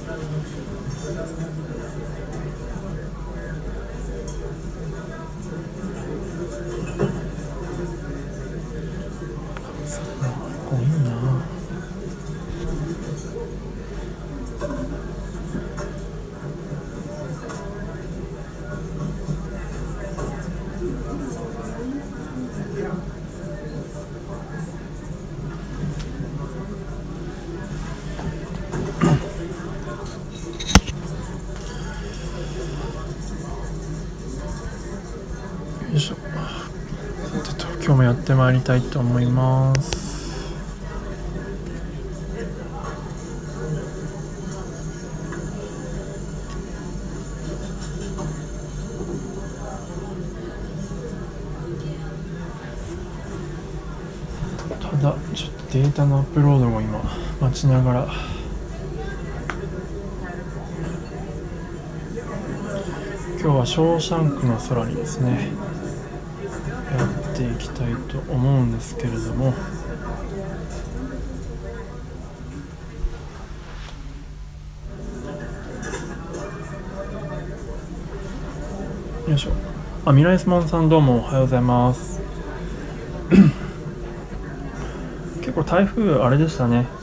こういいな。よいしょ。今日もやってまいりたいと思います。ただちょっとデータのアップロードを今待ちながら今日はショーシャンクの空にですねやっていきたいと思うんですけれども、よいしょ。ミライスモンさんどうもおはようございます結構台風あれでしたね、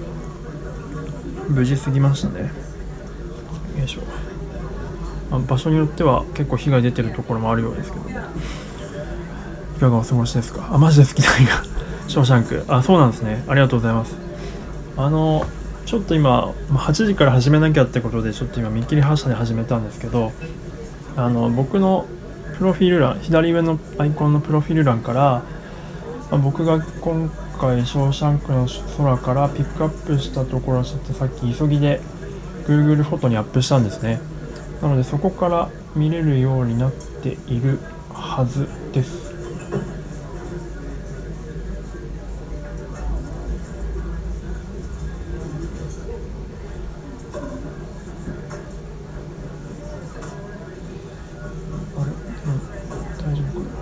無事過ぎましたね。よいしょ。場所によっては結構被害出てるところもあるようですけども、いかがお過ごしですか。マジで好きな映画ショーシャンク。そうなんですね、ありがとうございます。ちょっと今8時から始めなきゃってことでちょっと今見切り発車で始めたんですけど、僕のプロフィール欄、左上のアイコンのプロフィール欄から、僕が今回ショーシャンクの空からピックアップしたところをちょっとさっき急ぎで Google フォトにアップしたんですね。なのでそこから見れるようになっているはずです。あれ、大丈夫かな。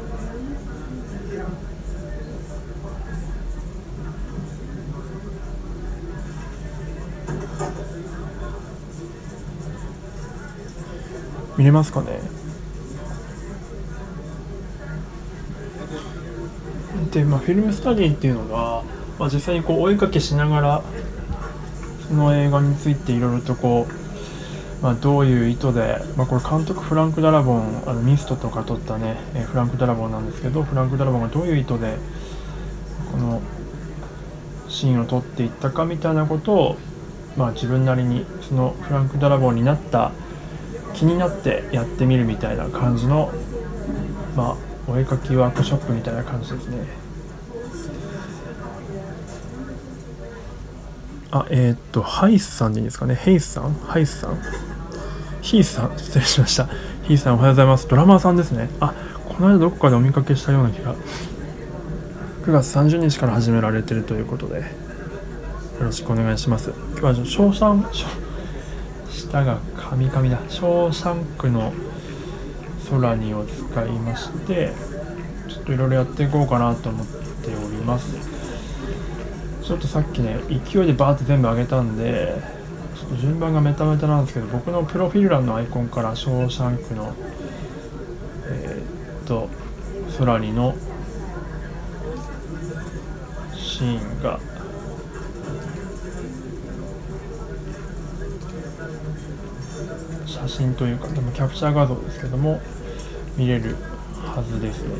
見れますかね。で、フィルムスタディっていうのが、実際にこうお絵かきしながらその映画についていろいろとこう、どういう意図で、これ監督フランク・ダラボン、ミストとか撮ったね、フランク・ダラボンなんですけど、フランク・ダラボンがどういう意図でこのシーンを撮っていったかみたいなことを、自分なりにそのフランク・ダラボンになった気になってやってみるみたいな感じの、お絵描きワークショップみたいな感じですね。ハイスさんでいいですかね。ヘイスさん、ハイスさん、ヒースさん、失礼しました。ヒースさんおはようございます。ドラマーさんですね。この間どこかでお見かけしたような気が。9月30日から始められているということで、よろしくお願いします。今日はショーシャン下がカミカミだ。ショーシャンクの空にを使いまして、ちょっといろいろやっていこうかなと思っております。ちょっとさっきね、勢いでバーって全部上げたんで、ちょっと順番がメタメタなんですけど、僕のプロフィール欄のアイコンからショーシャンクの空にのシーンが写真というか、でもキャプチャー画像ですけども見れるはずですね。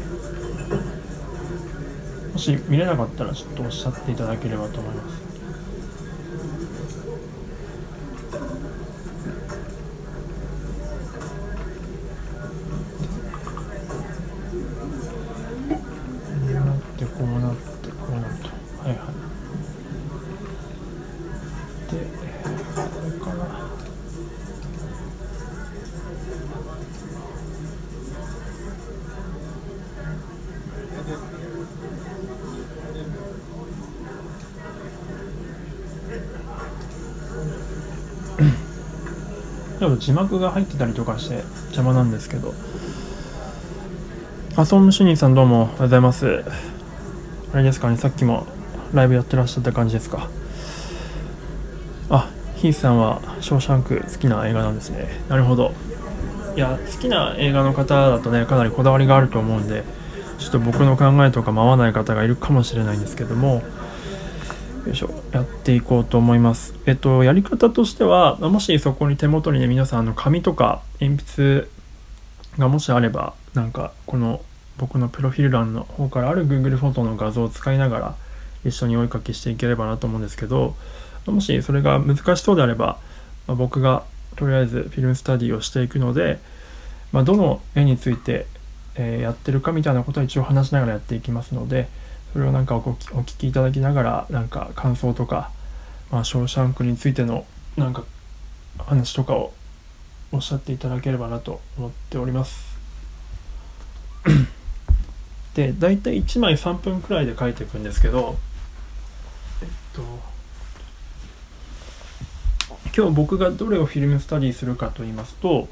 もし見れなかったらちょっとおっしゃっていただければと思います。こうなってと、はいはい。で、これかな。ちょっと字幕が入ってたりとかして邪魔なんですけど。ソンムシュニーさんどうもおはようございます。あれですかね、さっきもライブやってらっしゃった感じですか。 ヒースさんはショーシャンク好きな映画なんですね。なるほど。いや、好きな映画の方だとね、かなりこだわりがあると思うんで、ちょっと僕の考えとか合わない方がいるかもしれないんですけども、よいしょ、やっていこうと思います。やり方としては、もしそこに手元にね、皆さん紙とか鉛筆がもしあれば、なんかこの僕のプロフィール欄の方からある Google フォトの画像を使いながら一緒にお絵かきしていければなと思うんですけど、もしそれが難しそうであれば、僕がとりあえずフィルムスタディをしていくので、どの絵について、やってるかみたいなことは一応話しながらやっていきますので、それをなんかお聞きいただきながら、なんか感想とか、ショーシャンクについてのなんか話とかをおっしゃっていただければなと思っております。で、だいたい1枚3分くらいで描いていくんですけど、今日僕がどれをフィルムスタディするかと言いますと、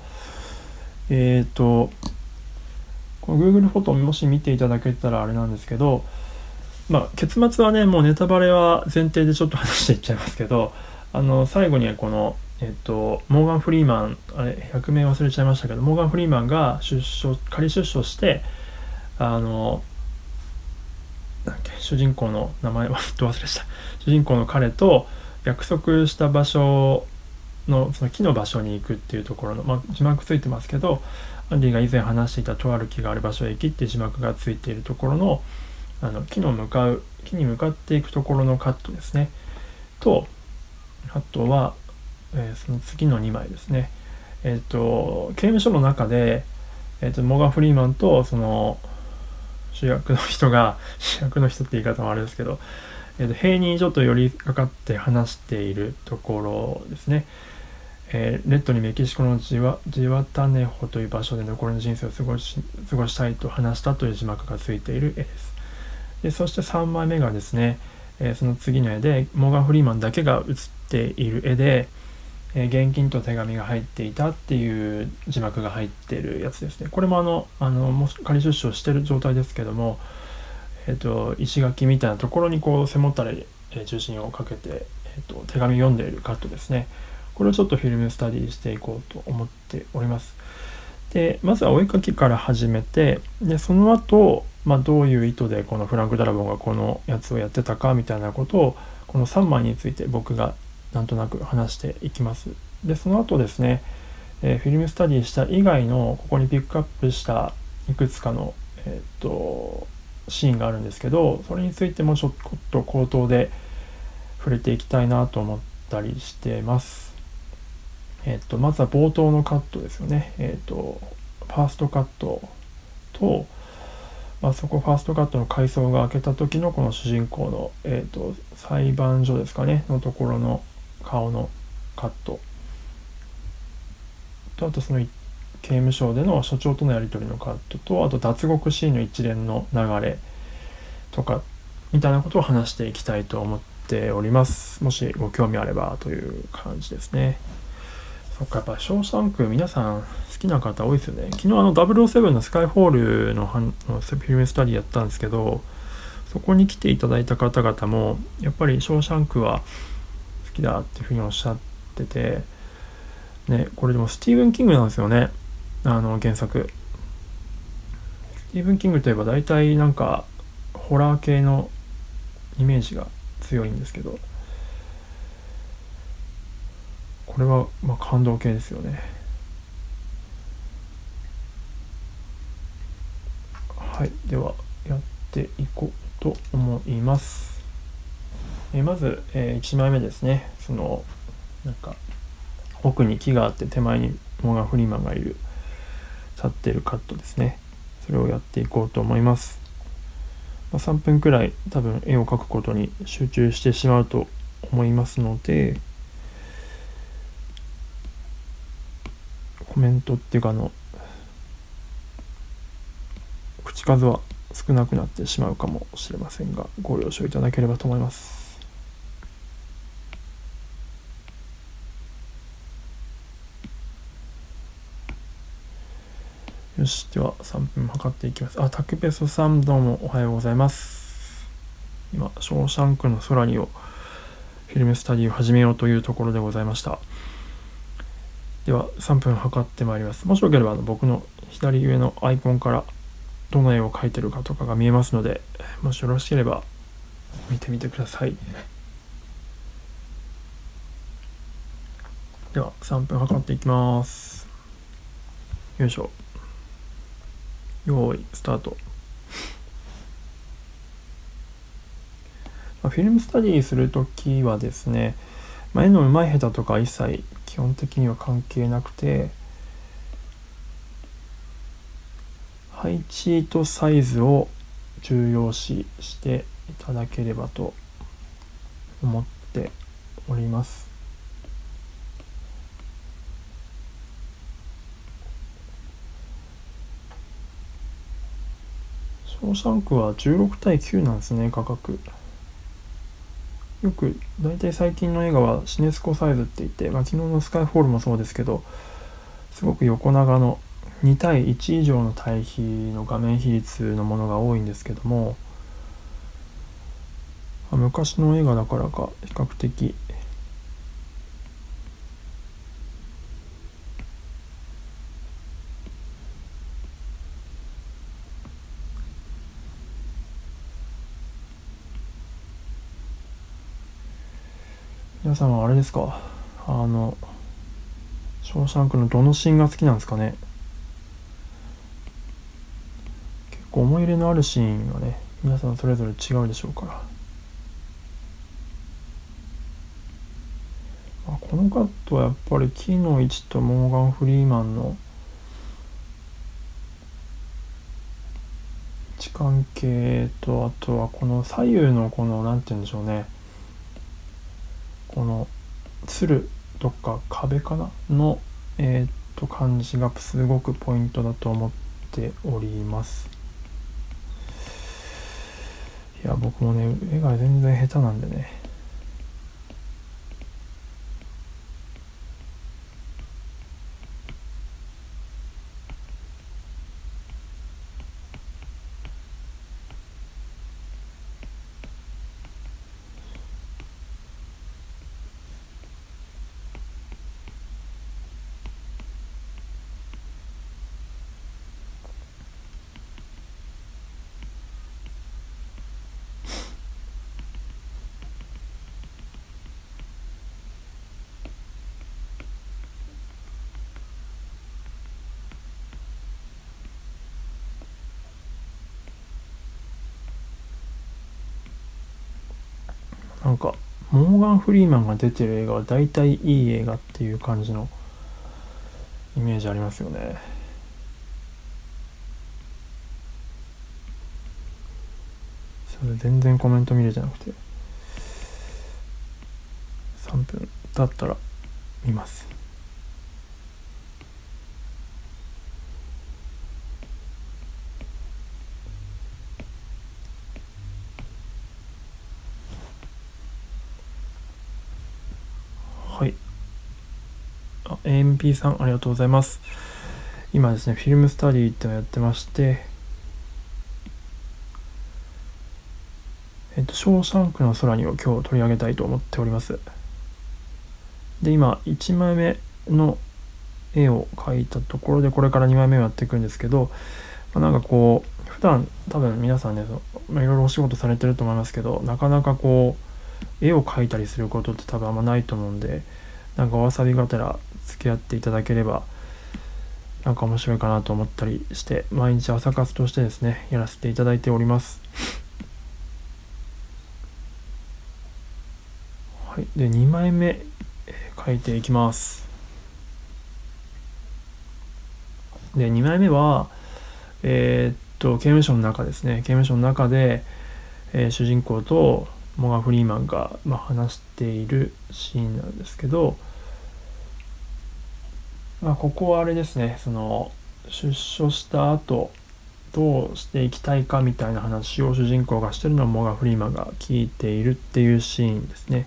この Google フォトをもし見ていただけたらあれなんですけど、結末はね、もうネタバレは前提でちょっと話していっちゃいますけど、最後にはこの、モーガン・フリーマン、役名忘れちゃいましたけど、モーガン・フリーマンが仮出所して、主人公の名前は忘れした。主人公の彼と約束した場所のその木の場所に行くっていうところの、字幕ついてますけど、アンディが以前話していたとある木がある場所へ行きって字幕がついているところの、木に向かっていくところのカットですね。と、あとは、その次の2枚ですね。刑務所の中で、モーガン・フリーマンとその主役の人って言い方もあれですけど、塀にちょっと寄りかかって話しているところですね。レッドにメキシコのジワタネホという場所で残りの人生を過ごしたいと話したという字幕がついている絵です。で、そして3枚目がですね、その次の絵でモーガン・フリーマンだけが写っている絵で、現金と手紙が入っていたっていう字幕が入っているやつですね。これももう仮出所している状態ですけども、石垣みたいなところにこう背もたれ重心をかけて、手紙読んでいるカットですね。これをちょっとフィルムスタディしていこうと思っております。で、まずはお絵描きから始めて、でその後、どういう意図でこのフランク・ダラボンがこのやつをやってたかみたいなことをこの3枚について僕がなんとなく話していきます。で、その後ですね、フィルムスタディした以外のここにピックアップしたいくつかの、シーンがあるんですけど、それについてもちょっと口頭で触れていきたいなと思ったりしてます。まずは冒頭のカットですよね。ファーストカットと、そこファーストカットの階層が開けた時のこの主人公の、裁判所ですかねのところの顔のカットと、あとその刑務所での所長とのやり取りのカットと、あと脱獄シーンの一連の流れとかみたいなことを話していきたいと思っております。もしご興味あればという感じですね。そっか、やっぱショーシャンク皆さん好きな方多いですよね。昨日007のスカイフォールのフィルムスタディやったんですけど、そこに来ていただいた方々もやっぱりショーシャンクは好きだっていうふうにおっしゃっててね。これでもスティーブン・キングなんですよね、原作。スティーブン・キングといえば大体なんかホラー系のイメージが強いんですけど、これは感動系ですよね。はい、ではやっていこうと思います。まず、1枚目ですね。そのなんか奥に木があって手前にモーガン・フリーマンがいる立っているカットですね。それをやっていこうと思います。3分くらい多分絵を描くことに集中してしまうと思いますので、コメントっていうか口数は少なくなってしまうかもしれませんが、ご了承いただければと思います。よし、では3分測っていきます。タクペソさん、どうもおはようございます。今ショーシャンクの空にをフフィルムスタディを始めようというところでございました。では3分測ってまいります。もしよければ僕の左上のアイコンからどの絵を描いてるかとかが見えますので、もしよろしければ見てみてください。では3分測っていきます。よいしょ。用意スタート。フィルムスタディするときはですね、絵の上手い下手とか一切基本的には関係なくて、配置とサイズを重要視していただければと思っております。ショーシャンクは16対9なんですね、価格。よく大体最近の映画はシネスコサイズって言って、昨日のスカイフォールもそうですけど、すごく横長の2対1以上の対比の画面比率のものが多いんですけども、昔の映画だからか比較的皆さんはあれですか、ショーシャンクのどのシーンが好きなんですかね。結構思い入れのあるシーンがね、皆さんそれぞれ違うでしょうから。このカットはやっぱり木の位置とモーガン・フリーマンの位置関係と、あとはこの左右のこのなんて言うんでしょうね、この鶴とか壁かなの感じがすごくポイントだと思っております。いや僕もね絵が全然下手なんでね。なんかモーガン・フリーマンが出てる映画は大体いい映画っていう感じのイメージありますよね。それ全然コメント見れてなくて、3分経ったら見ます。はい。AMP さんありがとうございます。今ですね、フィルムスタディってのをやってまして、ショーシャンクの空にを今日取り上げたいと思っております。で、今1枚目の絵を描いたところで、これから2枚目をやっていくんですけど、なんかこう普段多分皆さんね、いろいろお仕事されてると思いますけど、なかなかこう絵を描いたりすることって多分あんまないと思うんで、なんかお遊びがてら付き合っていただければなんか面白いかなと思ったりして、毎日朝活としてですねやらせていただいております。はい、で2枚目描いていきます。で2枚目は刑務所の中ですね。刑務所の中で、主人公とモーガン・フリーマンが、話しているシーンなんですけど、ここはあれですね、その出所した後どうしていきたいかみたいな話を主人公がしてるのをモーガン・フリーマンが聞いているっていうシーンですね。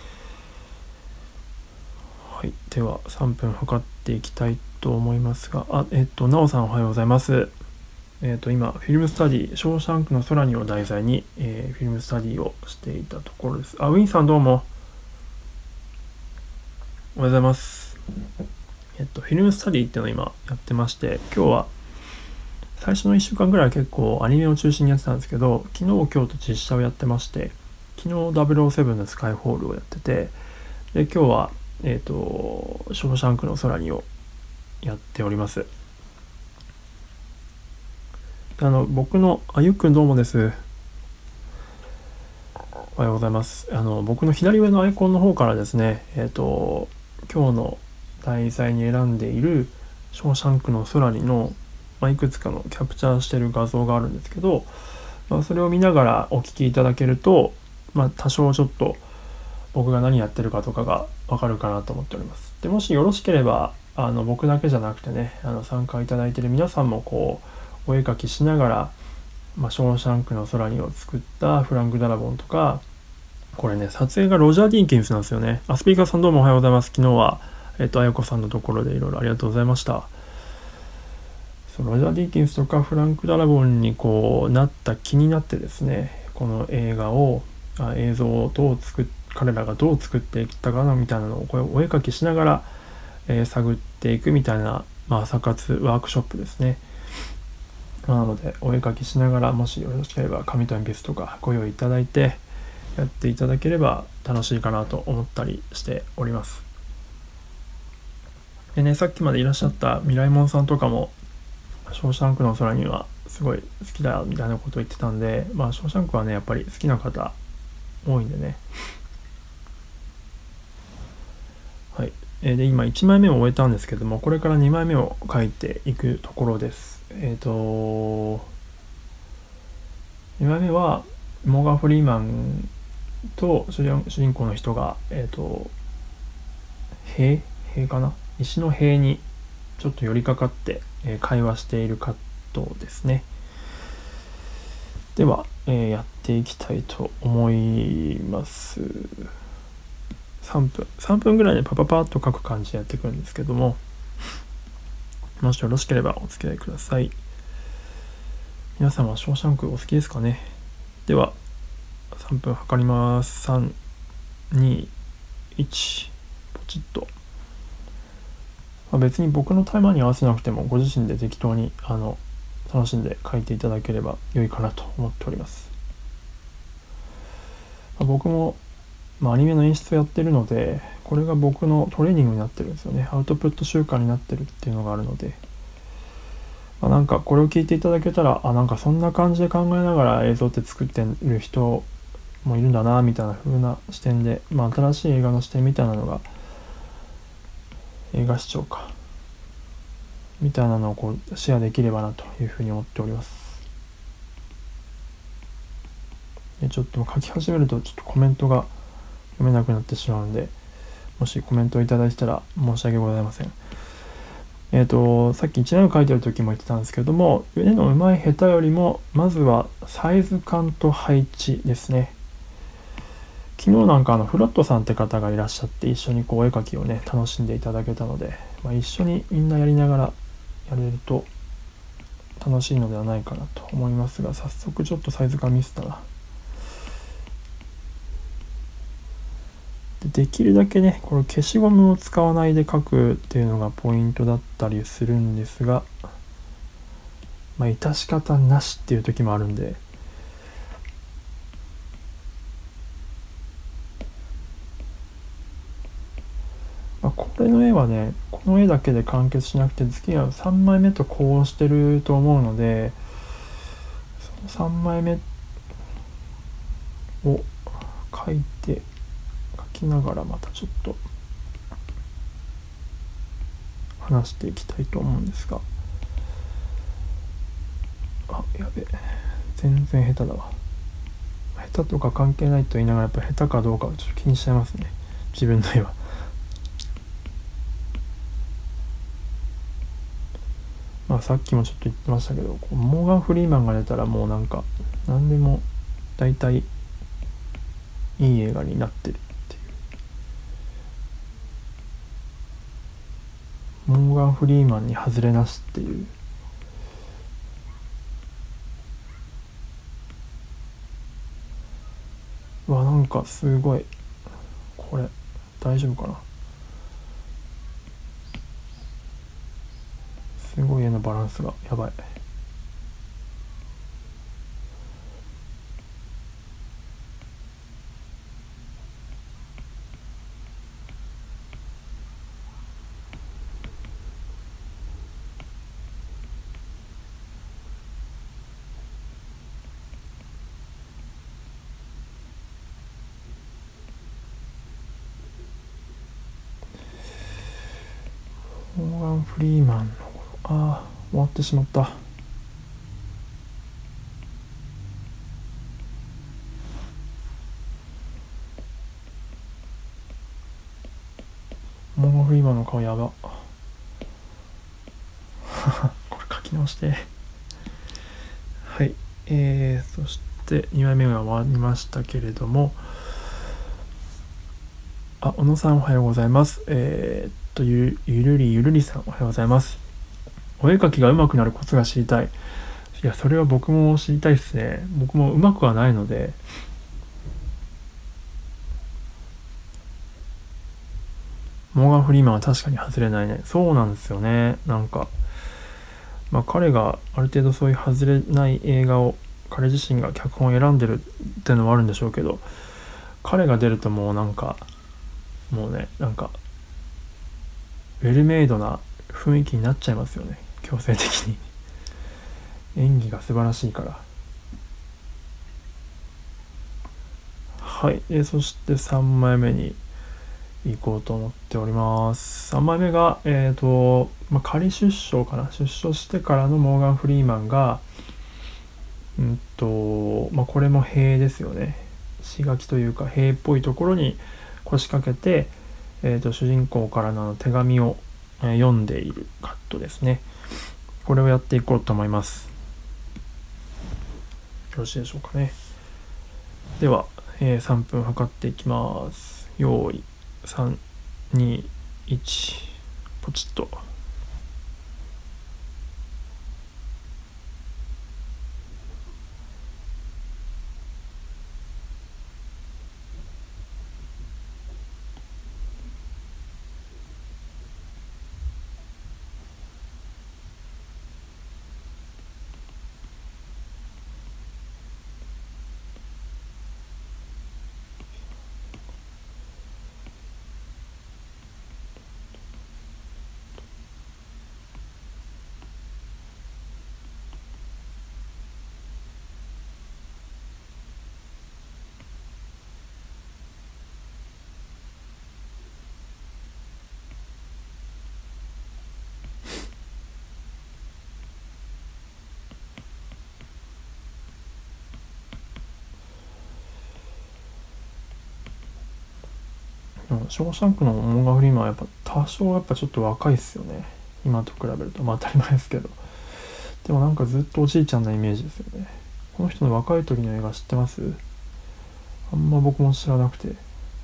はい、では3分測っていきたいと思いますが、なおさんおはようございます。今フィルムスタディショーシャンクの空にを題材に、フィルムスタディをしていたところです。ウィンさんどうもおはようございます。フィルムスタディっていうのを今やってまして、今日は最初の1週間ぐらい結構アニメを中心にやってたんですけど、昨日今日と実写をやってまして、昨日007のスカイフォールをやってて、で今日はショーシャンクの空にをやっております。僕のゆっくんどうもです。おはようございます。僕の左上のアイコンの方からですね、今日の題材に選んでいるショーシャンクの空にの、いくつかのキャプチャーしてる画像があるんですけど、それを見ながらお聞きいただけると、多少ちょっと僕が何やってるかとかがわかるかなと思っております。でもしよろしければ僕だけじゃなくてね、参加いただいている皆さんもこうお絵描きしながら、ショーシャンクの空にを作ったフランク・ダラボンとか、これね撮影がロジャー・ディーキンスなんですよね。スピーカーさんどうもおはようございます。昨日はあやこさんのところでいろいろありがとうございました。ロジャー・ディーキンスとかフランク・ダラボンにこうなった気になってですね、この映像を彼らがどう作っていったかなみたいなのをこれお絵描きしながら、探っていくみたいな、朝活ワークショップですね。なのでお絵描きしながら、もしよろしければ紙と鉛筆とかご用意いただいてやっていただければ楽しいかなと思ったりしております。でね、さっきまでいらっしゃったミライモンさんとかもショーシャンクの空にはすごい好きだみたいなことを言ってたんで、ショーシャンクはねやっぱり好きな方多いんでね。はい。で今1枚目を終えたんですけども、これから2枚目を書いていくところです。2枚目はモーガン・フリーマンと主人公の人が塀かな、石の塀にちょっと寄りかかって、会話しているカットですね。では、やっていきたいと思います。3分ぐらいでパパッと書く感じでやってくるんですけども、もしよろしければお付き合いください。皆さんはショーシャンクお好きですかね。では3分測ります。3、2、1、ポチッと。別に僕のタイマーに合わせなくてもご自身で適当に楽しんで書いていただければ良いかなと思っております。僕も、アニメの演出をやってるので、これが僕のトレーニングになってるんですよね。アウトプット習慣になってるっていうのがあるので、なんかこれを聞いていただけたら、なんかそんな感じで考えながら映像って作ってる人もいるんだなみたいな風な視点で、新しい映画の視点みたいなのが、映画視聴かみたいなのをこうシェアできればなというふうに思っております。でちょっと書き始めるとちょっとコメントが読めなくなってしまうので、もしコメントをいただいたら申し訳ございません。さっき1年を書いてる時も言ってたんですけども、絵の上手い下手よりもまずはサイズ感と配置ですね。昨日なんかフラットさんって方がいらっしゃって一緒にこう絵描きをね楽しんでいただけたので、一緒にみんなやりながらやれると楽しいのではないかなと思いますが、早速ちょっとサイズ感ミスったな。できるだけねこれ消しゴムを使わないで描くっていうのがポイントだったりするんですが、致し方なしっていう時もあるんで、これの絵はね、この絵だけで完結しなくて次は3枚目とこうしてると思うので、その3枚目を描きながらまたちょっと話していきたいと思うんですが、やべえ、全然下手だわ。下手とか関係ないと言いながらやっぱ下手かどうかをちょっと気にしちゃいますね、自分の絵は。さっきもちょっと言ってましたけど、モーガン・フリーマンが出たらもうなんか何でも大体いい映画になってるっていう、モーガン・フリーマンに外れなしっていう。なんかすごい、これ大丈夫かな。 すごい絵のバランスがやばい。モーガン・フリーマンの終わってしまった。モーガン・フリーマンの顔やばこれ書き直して。はい、そして2枚目が終わりましたけれども、小野さんおはようございます。ゆるりさんおはようございます。お絵描きが上手くなるコツが知りたい。いや、それは僕も知りたいですね。僕も上手くはないので。モーガン・フリーマンは確かに外れないね。そうなんですよね。なんか、彼がある程度そういう外れない映画を、彼自身が脚本を選んでるっていうのもあるんでしょうけど、彼が出るともうなんかウェルメイドな雰囲気になっちゃいますよね。強制的に演技が素晴らしいから。はい、そして3枚目に行こうと思っております。3枚目が仮出所かな。出所してからのモーガン・フリーマンがこれも塀ですよね。石垣というか塀っぽいところに腰掛けて、主人公からの手紙を読んでいるカットですね。これをやっていこうと思います。よろしいでしょうかね。では、3分測っていきます。用意3、2、1、ポチッと。ショーシャンクのモーガン・フリーマンはやっぱ多少ちょっと若いっすよね。今と比べると当たり前ですけど、でもずっとおじいちゃんなイメージですよね。この人の若い時の映画知ってます？あんま僕も知らなくて。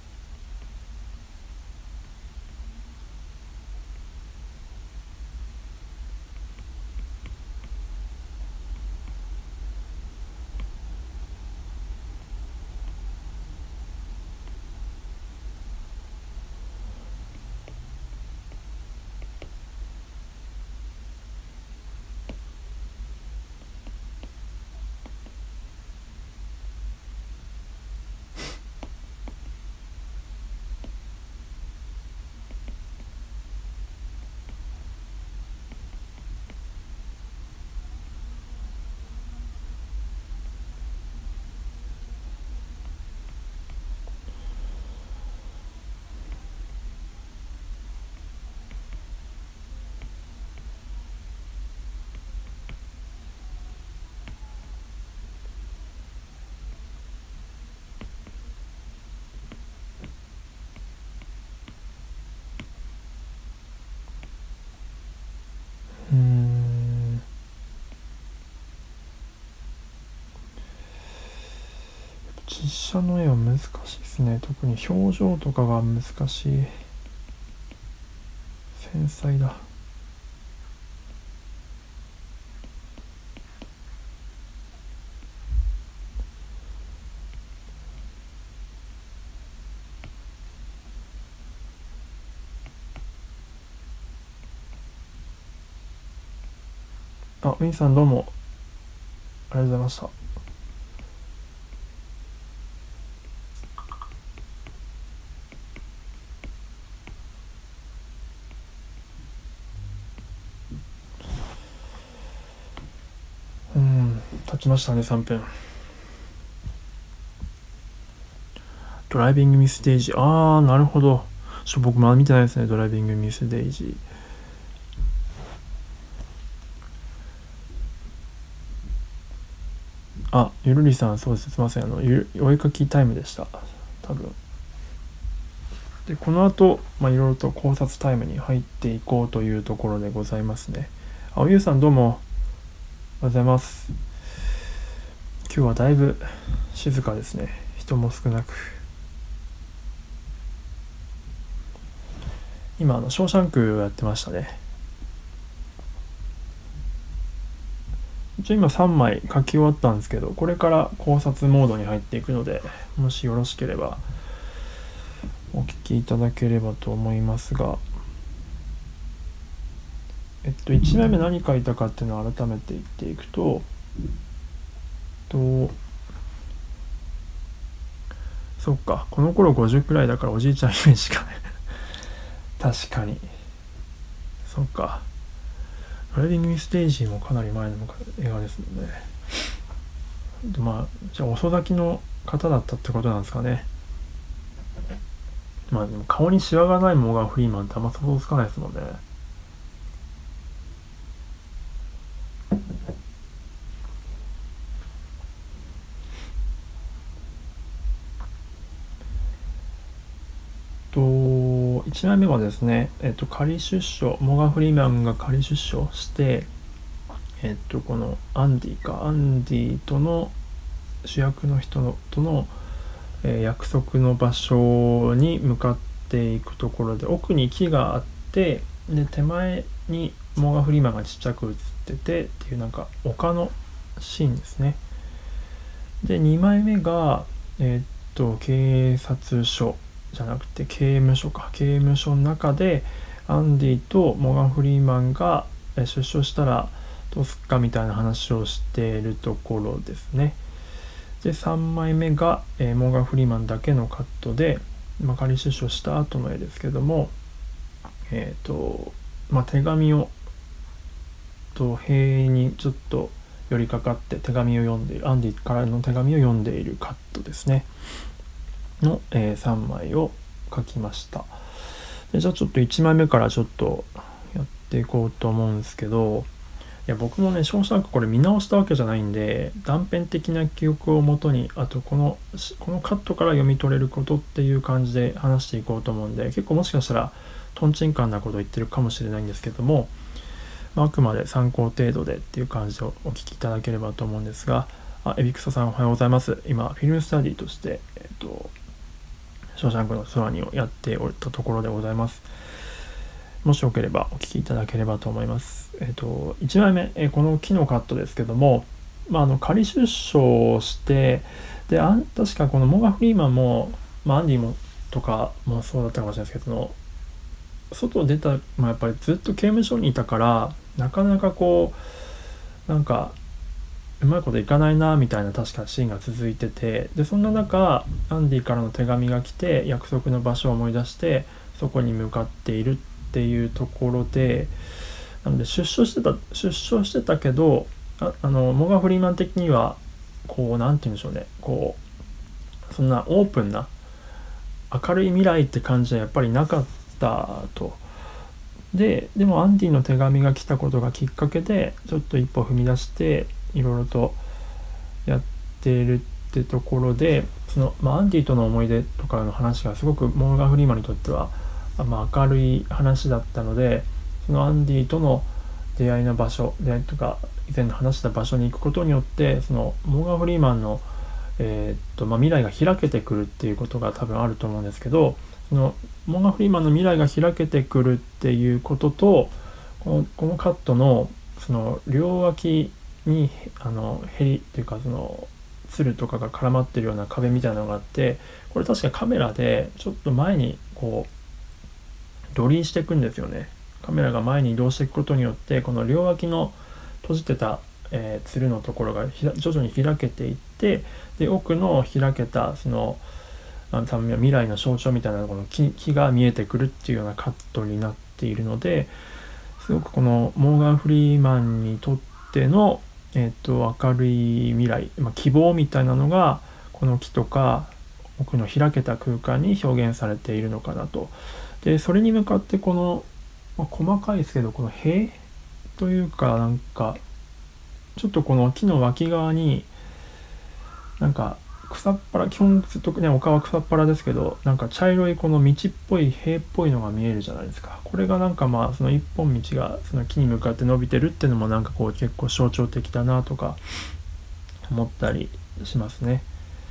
実写の絵は難しいですね。特に表情とかが難しい。繊細だ。 ウィンさんどうもありがとうございました。経ちましたね、3分。ドライビングミスデイジー。なるほど。僕まだ見てないですね、ドライビングミスデイジー。ゆるりさん、そうです。すいません。お絵かきタイムでした。多分。で、この後、いろいろと考察タイムに入っていこうというところでございますね。おゆうさんどうも、おはようございます。今日はだいぶ静かですね。人も少なく。今ショーシャンクをやってましたね。一応今3枚書き終わったんですけど、これから考察モードに入っていくので、もしよろしければお聞きいただければと思いますが、1枚目何書いたかっていうのを改めて言っていくと、そっか、この頃50くらいだからおじいちゃんイメージか確かに、そっか。ドライビングミステージもかなり前の映画ですもんね。じゃあ遅咲きの方だったってことなんですかね。でも顔にシワがないモーガン・フリーマンってあんま想像つかないですもんね。1枚目はですね、仮出所、モーガン・フリーマンが仮出所して、このアンディとの主役の人との、約束の場所に向かっていくところで、奥に木があって、で手前にモーガン・フリーマンがちっちゃく写っててっていう、なんか丘のシーンですね。で2枚目が警察署じゃなくて刑務所の中でアンディとモーガン・フリーマンが出所したらどうすっかみたいな話をしているところですね。で3枚目が、モーガン・フリーマンだけのカットで、仮出所した後の絵ですけども、手紙を塀にちょっと寄りかかって手紙を読んでいる、アンディからの手紙を読んでいるカットですねの、3枚を描きました。でじゃあちょっと1枚目からちょっとやっていこうと思うんですけど、いや僕もね、ショーシャンクこれ見直したわけじゃないんで、断片的な記憶をもとに、あとこのカットから読み取れることっていう感じで話していこうと思うんで、結構もしかしたらトンチンカンなこと言ってるかもしれないんですけども、あくまで参考程度でっていう感じでお聞きいただければと思うんですが、エビクサさんおはようございます。今フィルムスタディとして、ショーシャンクの空にをやっておったところでございます。もしよければお聞きいただければと思います。1枚目、この木のカットですけども、仮出所をして、で確かこのモーガン・フリーマンも、アンディもとかもそうだったかもしれないですけど、外出た、やっぱりずっと刑務所にいたから、なかなかなんかうまいこといかないなみたいな確かシーンが続いてて、でそんな中アンディからの手紙が来て、約束の場所を思い出してそこに向かっているっていうところで、なので出所してたけど、モーガン・フリーマン的にはなんて言うんでしょうね、そんなオープンな明るい未来って感じはやっぱりなかったと。でもアンディの手紙が来たことがきっかけでちょっと一歩踏み出していろいろとやっているってところで、アンディとの思い出とかの話がすごくモーガン・フリーマンにとっては、明るい話だったので、そのアンディとの出会いとか以前の話した場所に行くことによって、そのモーガン・フリーマンの、未来が開けてくるっていうことが多分あると思うんですけど、そのモーガン・フリーマンの未来が開けてくるっていうことと、このカットのその両脇にヘリっていうか、その鶴とかが絡まってるような壁みたいなのがあって、これ確かカメラでちょっと前にドリーしていくんですよね。カメラが前に移動していくことによって、この両脇の閉じてた、つるのところが徐々に開けていって、で奥の開けたその多分未来の象徴みたいなこの 木が見えてくるっていうようなカットになっているので、すごくこのモーガン・フリーマンにとっての、明るい未来、希望みたいなのがこの木とか奥の開けた空間に表現されているのかなと。でそれに向かってこの、細かいですけどこの塀というかなんかちょっとこの木の脇側になんか草っぱら、基本ずっとね丘は草っぱらですけど、なんか茶色いこの道っぽい塀っぽいのが見えるじゃないですか。これがなんかその一本道がその木に向かって伸びてるっていうのもなんかこう結構象徴的だなとか思ったりしますね。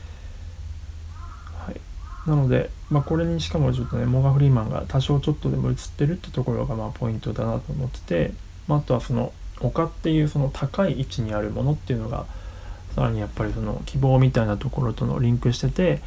はい、なので、これにしかもちょっとねモーガン・フリーマンが多少ちょっとでも映ってるってところがポイントだなと思ってて、あとはその丘っていうその高い位置にあるものっていうのがさらにやっぱりその希望みたいなところとのリンクしてて、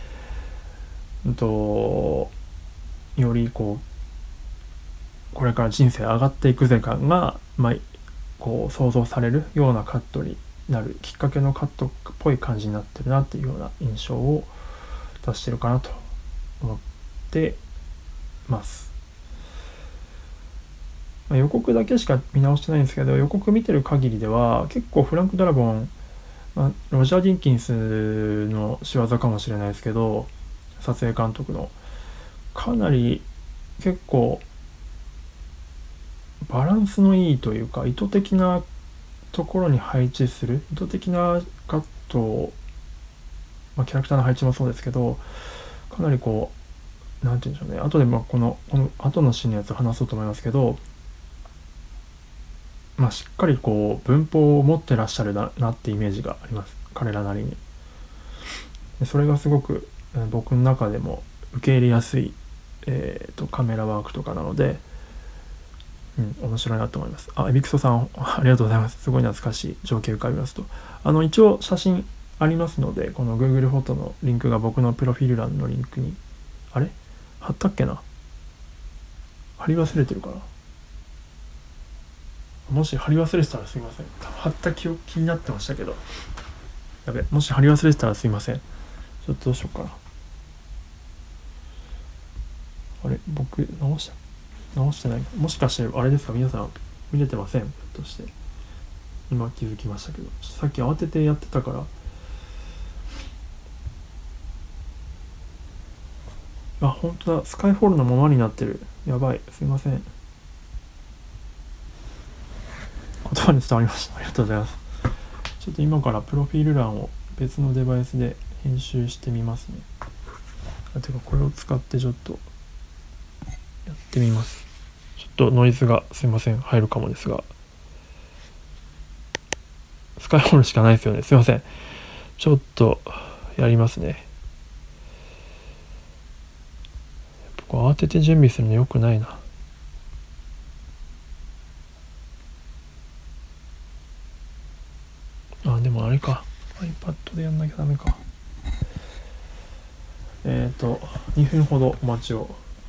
よりこれから人生上がっていくぜ感が、こう想像されるようなカットになるきっかけのカットっぽい感じになってるなっていうような印象を出してるかなと思ってます。予告だけしか見直してないんですけど、予告見てる限りでは結構フランク・ドラゴン、ロジャー・ディンキンスの仕業かもしれないですけど、撮影監督のかなり結構バランスのいいというか意図的なところに配置する、意図的なカットを、キャラクターの配置もそうですけど、かなりこうなんて言うんでしょうね、後でこの後のシーンのやつを話そうと思いますけど、しっかりこう文法を持ってらっしゃるなってイメージがあります、彼らなりに。でそれがすごく僕の中でも受け入れやすい、カメラワークとかなので、面白いなと思います。エビクソさんありがとうございます。すごい懐かしい情景浮かびますと。一応写真ありますので、この Google フォトのリンクが僕のプロフィール欄のリンクに貼ったっけな、貼り忘れてるかな。もし貼り忘れてたらすいません。貼った気になってましたけど、もし貼り忘れてたらすいません。ちょっとどうしようかな。僕直してない。もしかしてあれですか、皆さん見れてませんとして今気づきましたけど、さっき慌ててやってたから本当だ、スカイフォールのままになってる。やばい、すいません。言葉に伝わりました。ありがとうございます。ちょっと今からプロフィール欄を別のデバイスで編集してみますね。てかこれを使ってちょっとやってみます。ちょっとノイズがすいません入るかもですが、スカイホールしかないですよね。すいません。ちょっとやりますね。僕慌てて準備するの良くないな。でもあれか、 iPad でやんなきゃダメか。2分ほどお待ちを。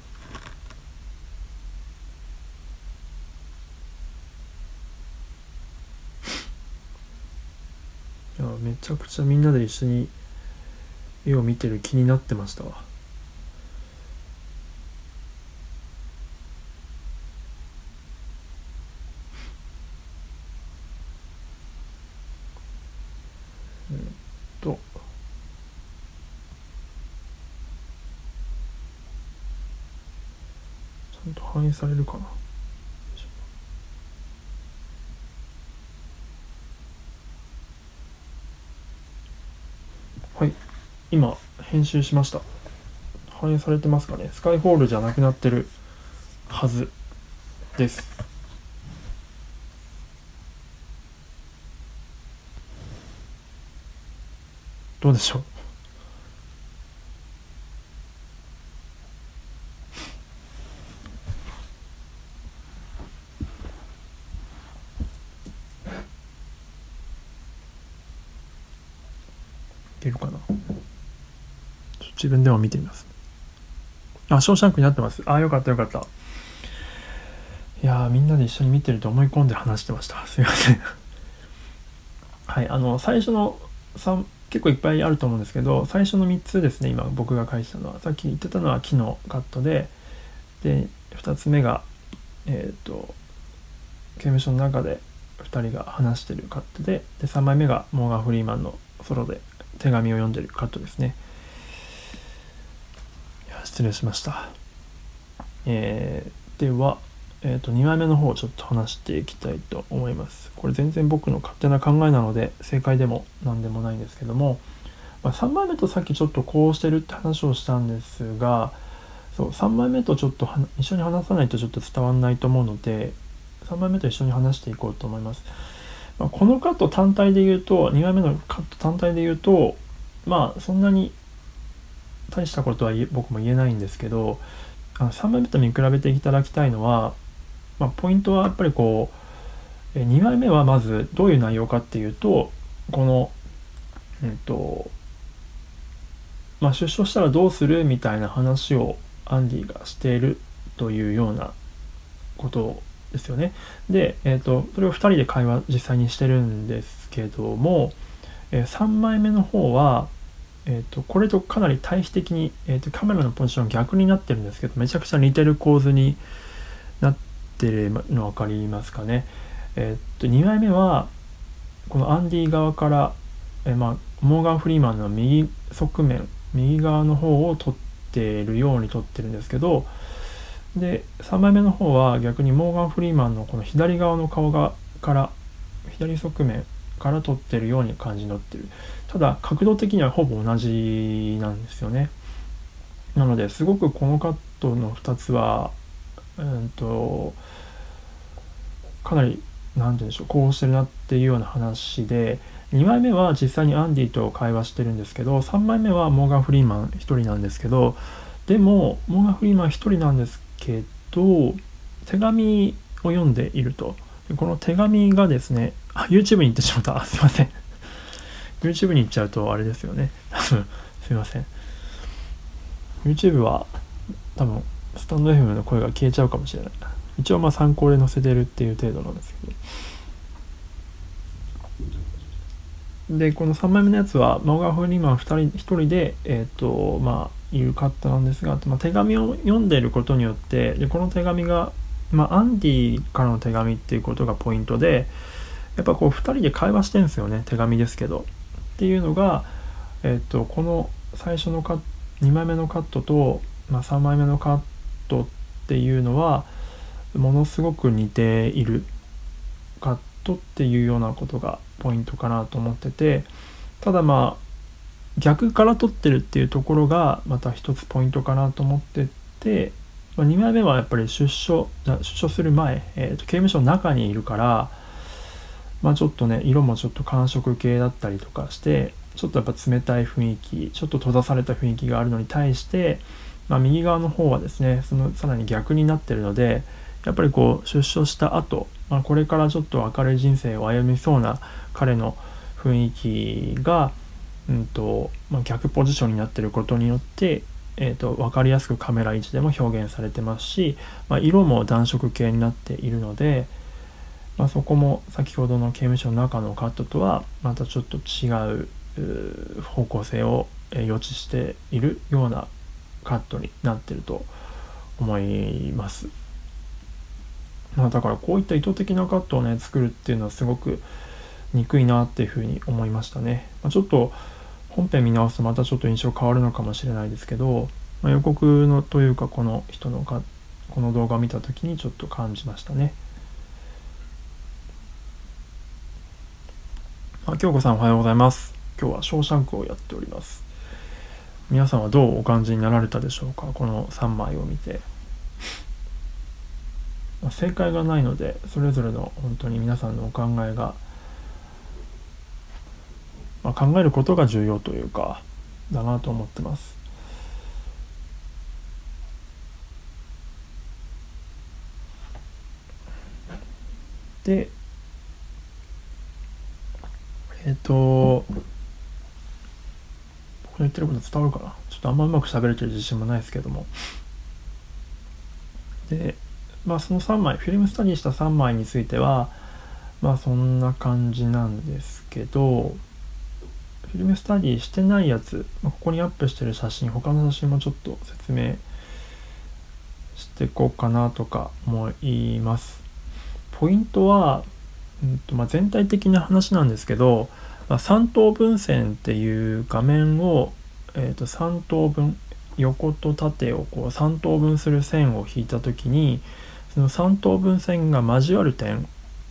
めちゃくちゃみんなで一緒に絵を見てる気になってましたわ。ちゃんと反映されるかな。はい、今編集しました。反映されてますかね。スカイホールじゃなくなってるはずです。どうでしょう。いけるかな。自分でも見てみます。ショーシャンクになってます。よかったよかった。いやみんなで一緒に見てると思い込んで話してました。すいません。 はい、最初の結構いっぱいあると思うんですけど、最初の3つですね。今僕が書いてたのは、さっき言ってたのは木のカットで、2つ目が刑務所の中で2人が話してるカットで、3枚目がモーガン・フリーマンのソロで手紙を読んでるカットですね。いや失礼しました。では、2枚目の方をちょっと話していきたいと思います。これ全然僕の勝手な考えなので正解でも何でもないんですけども、3枚目とさっきちょっとこうしてるって話をしたんですが、そう3枚目とちょっと一緒に話さないとちょっと伝わらないと思うので、3枚目と一緒に話していこうと思います。このカット単体で言うと、2枚目のカット単体で言うと、そんなに大したことは僕も言えないんですけど、3枚目と見比べていただきたいのは、ポイントはやっぱりこう、2枚目はまずどういう内容かっていうと、この出所したらどうするみたいな話をアンディがしているというようなことですよね。で、それを2人で会話実際にしてるんですけども、3枚目の方は、これとかなり対比的に、カメラのポジション逆になってるんですけど、めちゃくちゃ似てる構図になってるの分かりますかね。2枚目はこのアンディ側から、モーガン・フリーマンの右側面、右側の方を撮っているように撮ってるんですけど、で3枚目の方は逆にモーガン・フリーマンのこの左側の顔から左側面から撮ってるように感じになってる。ただ角度的にはほぼ同じなんですよね。なのですごくこのカットの2つはかなりなんて言うんでしょう、こうしてるなっていうような話で、2枚目は実際にアンディと会話してるんですけど、3枚目はモーガン・フリーマン1人なんですけど、でもモーガン・フリーマン1人なんですけど手紙を読んでいると。でこの手紙がですね、YouTube に行ってしまった。すいません。YouTube に行っちゃうとあれですよね。多分すいません。YouTube は多分スタンド FM の声が消えちゃうかもしれない。一応参考で載せてるっていう程度なんですけど。で、この3枚目のやつはモーガン・フリーマン1人でいるカットなんですが、手紙を読んでいることによって、でこの手紙がアンディからの手紙っていうことがポイントで、やっぱこう2人で会話してるんですよね。手紙ですけどっていうのが、この最初の2枚目のカットと、3枚目のカットっていうのはものすごく似ているカットっていうようなことがポイントかなと思ってて、ただ逆から撮ってるっていうところがまた一つポイントかなと思ってて、2枚目はやっぱり出所する前、刑務所の中にいるから、ちょっとね色もちょっと寒色系だったりとかして、ちょっとやっぱ冷たい雰囲気、ちょっと閉ざされた雰囲気があるのに対して、右側の方はですね、そのさらに逆になってるので、やっぱりこう出所した後、これからちょっと明るい人生を歩みそうな彼の雰囲気が、逆ポジションになっていることによって、分かりやすくカメラ位置でも表現されてますし、色も暖色系になっているので、そこも先ほどの刑務所の中のカットとはまたちょっと違う方向性を予知しているようなカットになっていると思います。だからこういった意図的なカットをね作るっていうのはすごく憎いなっていうふうに思いましたね。ちょっと本編見直すとまたちょっと印象変わるのかもしれないですけど、予告のというかこの人のこの動画を見た時にちょっと感じましたね。京子さんおはようございます。今日はショーシャンクをやっております。皆さんはどうお感じになられたでしょうか。この3枚を見て、正解がないのでそれぞれの本当に皆さんのお考えが、考えることが重要というかだなと思ってます。で僕の言ってること伝わるかな。ちょっとあんまうまく喋れてる自信もないですけども、でその3枚フィルムスタディした3枚についてはそんな感じなんですけど、フィルムスタディしてないやつ、ここにアップしてる写真、他の写真もちょっと説明していこうかなとか思います。ポイントは、全体的な話なんですけど、3等分線っていう画面を、3等分、横と縦をこう3等分する線を引いたときに、その3等分線が交わる点、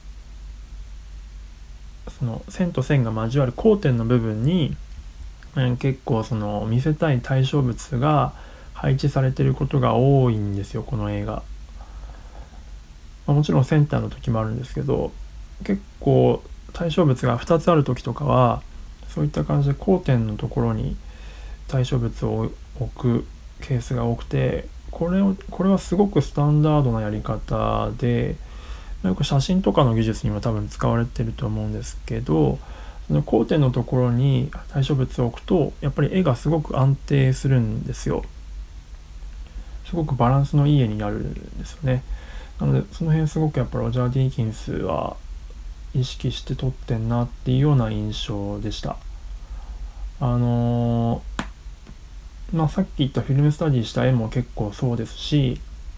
その線と線が交わる交点の部分に、結構その見せたい対象物が配置されていることが多いんですよ、この映画。もちろんセンターの時もあるんですけど、結構対象物が2つある時とかはそういった感じで交点のところに対象物を置くケースが多くて、これはすごくスタンダードなやり方で、よく写真とかの技術にも多分使われてると思うんですけど、その交点のところに対象物を置くとやっぱり絵がすごく安定するんですよ。すごくバランスのいい絵になるんですよね。なのでその辺すごくやっぱりロジャー・ディーキンスは意識して撮ってんなっていうような印象でした。さっき言ったフィルムスタディした絵も結構そうですし、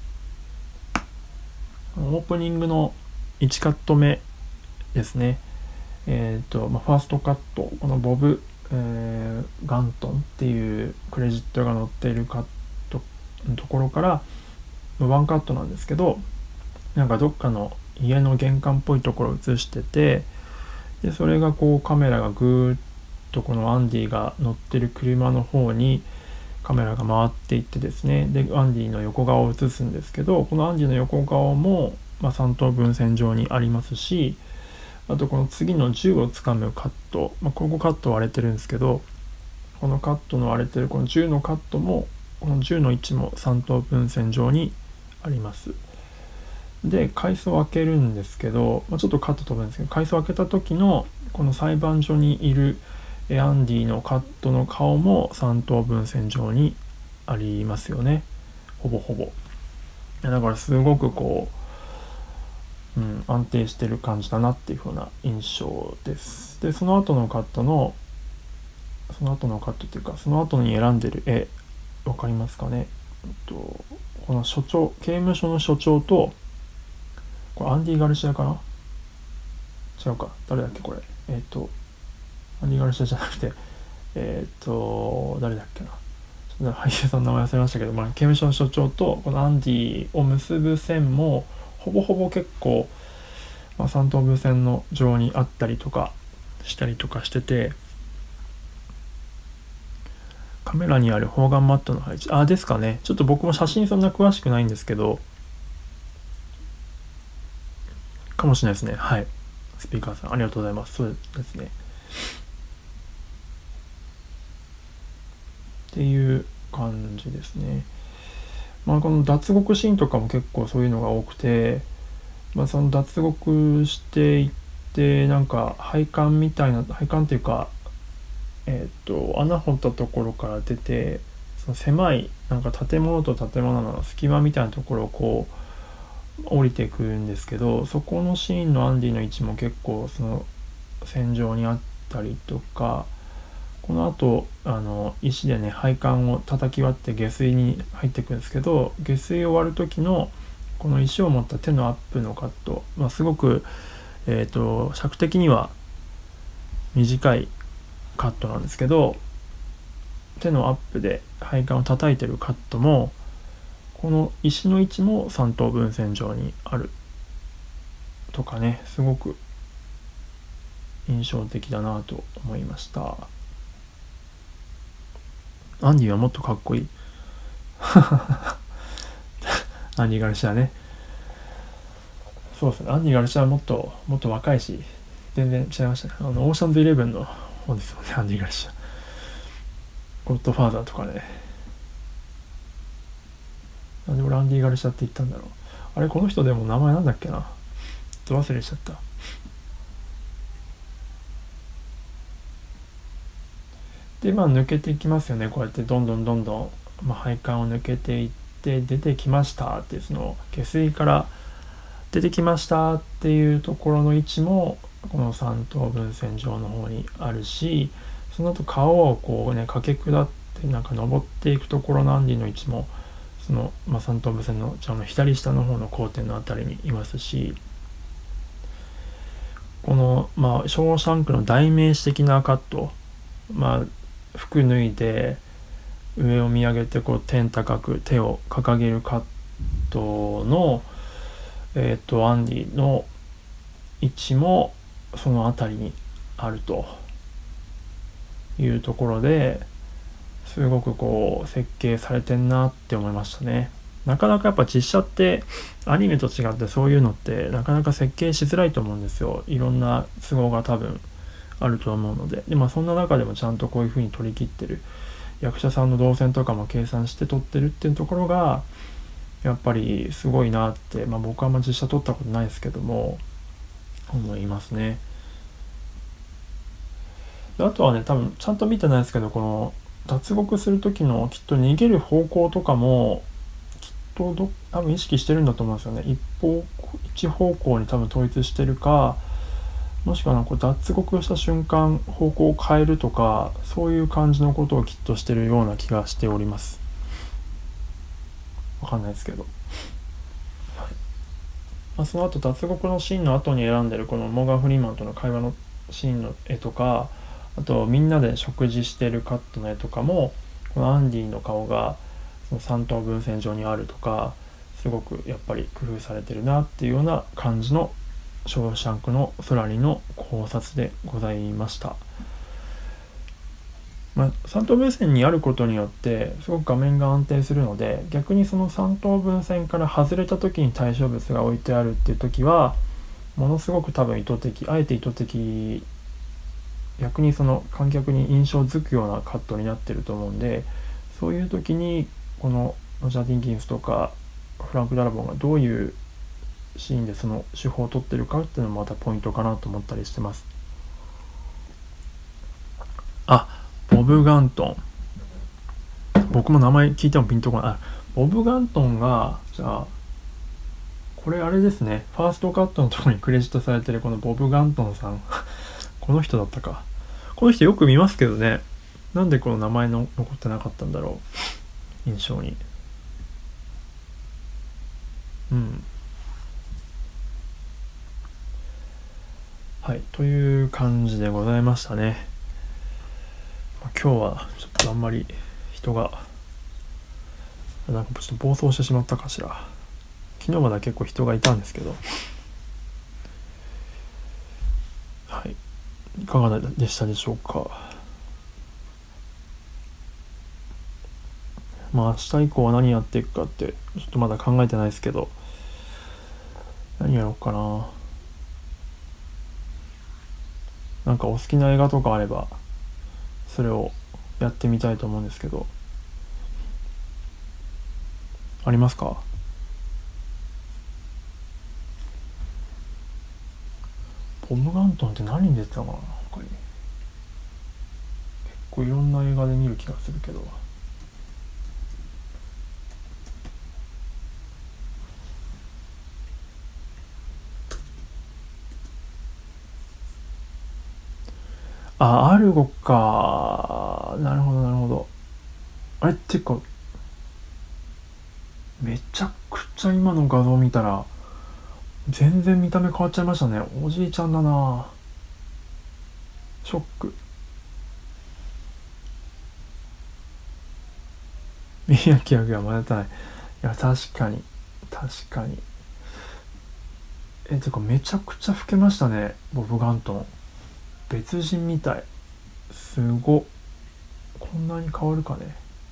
オープニングの1カット目ですね、ファーストカット、このボブ、ガントンっていうクレジットが載っているカットのところからワンカットなんですけど、なんかどっかの家の玄関っぽいところを映してて、でそれがこうカメラがぐーっとこのアンディが乗ってる車の方にカメラが回っていってですね、でアンディの横顔を映すんですけど、このアンディの横顔も、3等分線上にありますし、あとこの次の銃をつかむカット、ここカット割れてるんですけど、このカットの割れてるこの銃のカットも、この銃の位置も3等分線上にあります。で階層を開けるんですけど、ちょっとカット飛ぶんですけど、階層を開けた時のこの裁判所にいるアンディのカットの顔も3等分線上にありますよね、ほぼほぼ。だからすごくこう、安定してる感じだなっていう風な印象です。でその後のカットっていうか、その後に選んでる絵わかりますかね。この刑務所の所長と、これアンディ・ガルシアかな、違うか、誰だっけこれ、アンディ・ガルシアじゃなくて、誰だっけな、俳優さんの名前忘れましたけど、刑務所の所長とこのアンディを結ぶ線もほぼほぼ結構、3等分線の上にあったりとかしてて、カメラにある方眼マットの配置ですかね。ちょっと僕も写真そんな詳しくないんですけど、かもしれないですね。はい、スピーカーさんありがとうございます。そうですねっていう感じですね。この脱獄シーンとかも結構そういうのが多くて、その脱獄していって、なんか配管っていうか、穴掘ったところから出て、その狭いなんか建物と建物の隙間みたいなところをこう降りていくんですけど、そこのシーンのアンディの位置も結構その線上にあったりとか、この後石でね配管を叩き割って下水に入っていくんですけど、下水を割る時のこの石を持った手のアップのカット、すごく、尺的には短いカットなんですけど、手のアップで配管を叩いてるカットもこの石の位置も3等分線上にあるとかね、すごく印象的だなと思いました。アンディはもっとかっこいいアンディ・ガルシアね。そうですね、アンディ・ガルシアはもっと若いし全然違いましたね。オーシャンズ11の方ですよね、アンディ・ガルシア。ゴッドファーザーとかね。なんで俺アンディ・ガルシアって言ったんだろう。あれこの人でも名前なんだっけな、ちょっと忘れちゃった。で抜けていきますよね、こうやってどんどん、配管を抜けていって出てきましたって、その下水から出てきましたっていうところの位置もこの三等分線上の方にあるし、その後川をこうね駆け下ってなんか登っていくところのアンディの位置もその、三等分線の左下の方の交点のあたりにいますし、このショーシャンクの代名詞的なカット、服脱いで上を見上げてこう天高く手を掲げるカットのアンディの位置もその辺りにあるというところですごくこう設計されてんなって思いましたね。なかなかやっぱ実写ってアニメと違ってそういうのってなかなか設計しづらいと思うんですよ。いろんな都合が多分あると思うので、そんな中でもちゃんとこういう風に取り切ってる、役者さんの動線とかも計算して撮ってるっていうところがやっぱりすごいなって、僕は実写撮ったことないですけども思いますね。あとはね、多分ちゃんと見てないですけど、この脱獄する時のきっと逃げる方向とかもきっと多分意識してるんだと思うんですよね。一方向に多分統一してるか、もしくは脱獄した瞬間方向を変えるとか、そういう感じのことをきっとしてるような気がしております。わかんないですけど、その後脱獄のシーンの後に選んでるこのモーガン・フリーマンとの会話のシーンの絵とか、あとみんなで食事してるカットの絵とかもこのアンディの顔がその三等分線上にあるとか、すごくやっぱり工夫されてるなっていうような感じのショーシャンクの空にの考察でございました。三等分線にあることによってすごく画面が安定するので、逆にその三等分線から外れた時に対象物が置いてあるっていう時はものすごく多分あえて意図的、逆にその観客に印象づくようなカットになってると思うんで、そういう時にこのロジャー・ディンキンスとかフランク・ダラボンがどういうシーンでその手法を取ってるかっていうのもまたポイントかなと思ったりしてます。ボブ・ガントン、僕も名前聞いてもピンとこない。ボブ・ガントンが、じゃあこれあれですね、ファーストカットのところにクレジットされてるこのボブ・ガントンさんこの人だったか。この人よく見ますけどね、なんでこの名前の残ってなかったんだろう、印象に。はい、という感じでございましたね。今日はちょっとあんまり人がちょっと暴走してしまったかしら。昨日までは結構人がいたんですけど、はい、いかがでしたでしょうか。明日以降は何やっていくかってちょっとまだ考えてないですけど、何やろうかな。なんかお好きな映画とかあればそれをやってみたいと思うんですけど、ありますか？ボブ・ガントンって何に出てたかな。他に結構いろんな映画で見る気がするけど、アルゴか。なるほど。あれってかめちゃくちゃ今の画像見たら全然見た目変わっちゃいましたね。おじいちゃんだな。ショック。宮城明はまだたない。いや確かにてかめちゃくちゃ老けましたね、ボブ・ガントン。別人みたい。すごっ。こんなに変わるかね。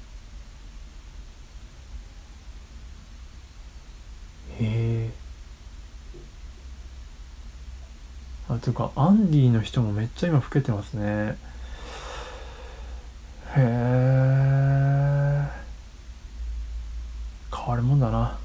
へえ。ていうかアンディの人もめっちゃ今老けてますね。へえ。変わるもんだな。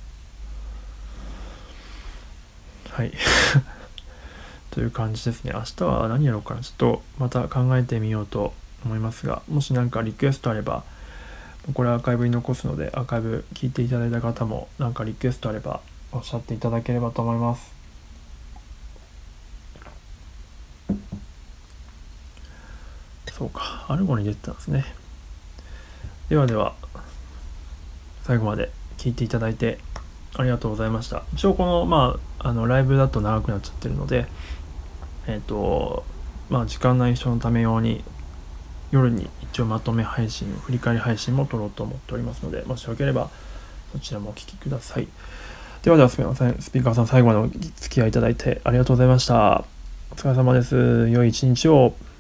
はいという感じですね。明日は何やろうかな、ちょっとまた考えてみようと思いますが、もし何かリクエストあれば、これアーカイブに残すので、アーカイブ聞いていただいた方も何かリクエストあればおっしゃっていただければと思います。そうか、アルゴに出てたんですね。ではでは、最後まで聞いていただいてありがとうございました。一応この、ライブだと長くなっちゃってるので、時間ない人のため用に夜に一応まとめ配信、振り返り配信も撮ろうと思っておりますので、もしよければそちらもお聞きください。ではでは、すみません。スピーカーさん最後までお付き合いいただいてありがとうございました。お疲れ様です。良い一日を。